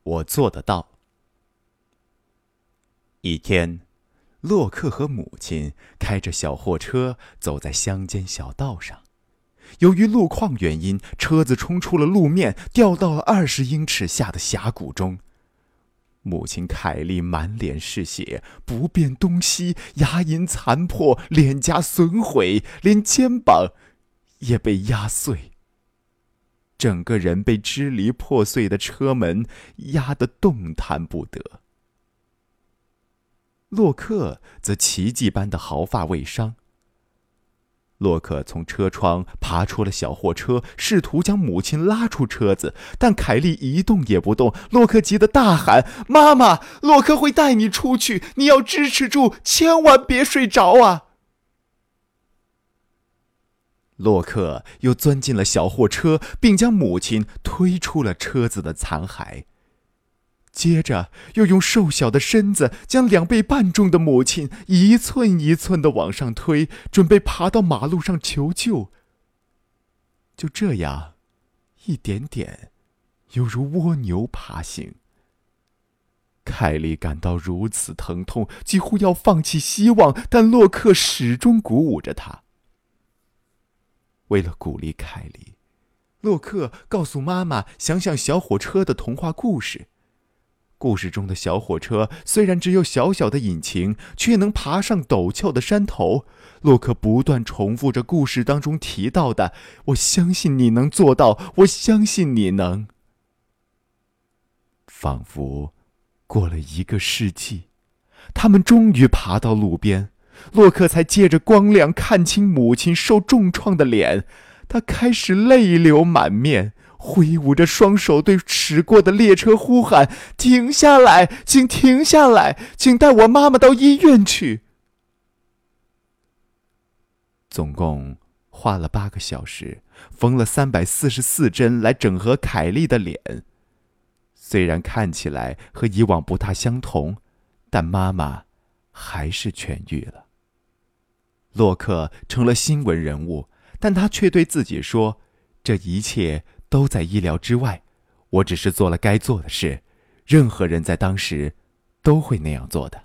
我做得到。一天，洛克和母亲开着小货车走在乡间小道上，由于路况原因，车子冲出了路面，掉到了20英尺下的峡谷中。母亲凯莉满脸是血，不辨东西，牙龈残破，脸颊损毁，连肩膀也被压碎。整个人被支离破碎的车门压得动弹不得。洛克则奇迹般的毫发未伤。洛克从车窗爬出了小货车，试图将母亲拉出车子，但凯莉一动也不动。洛克急得大喊：“妈妈，洛克会带你出去，你要支持住，千万别睡着啊！”洛克又钻进了小货车，并将母亲推出了车子的残骸。接着又用瘦小的身子将2倍半重的母亲一寸一寸地往上推，准备爬到马路上求救。就这样，一点点，犹如蜗牛爬行。凯莉感到如此疼痛，几乎要放弃希望，但洛克始终鼓舞着她。为了鼓励凯莉，洛克告诉妈妈想想小火车的童话故事。故事中的小火车虽然只有小小的引擎，却能爬上陡峭的山头。洛克不断重复着故事当中提到的：“我相信你能做到，我相信你能。”仿佛过了1个世纪，他们终于爬到路边，洛克才借着光亮看清母亲受重创的脸。他开始泪流满面，挥舞着双手对驶过的列车呼喊：“停下来，请停下来，请带我妈妈到医院去。”总共花了8个小时，缝了344针来整合凯莉的脸。虽然看起来和以往不大相同，但妈妈还是痊愈了。洛克成了新闻人物，但他却对自己说：“这一切都在意料之外，我只是做了该做的事，任何人在当时都会那样做的。”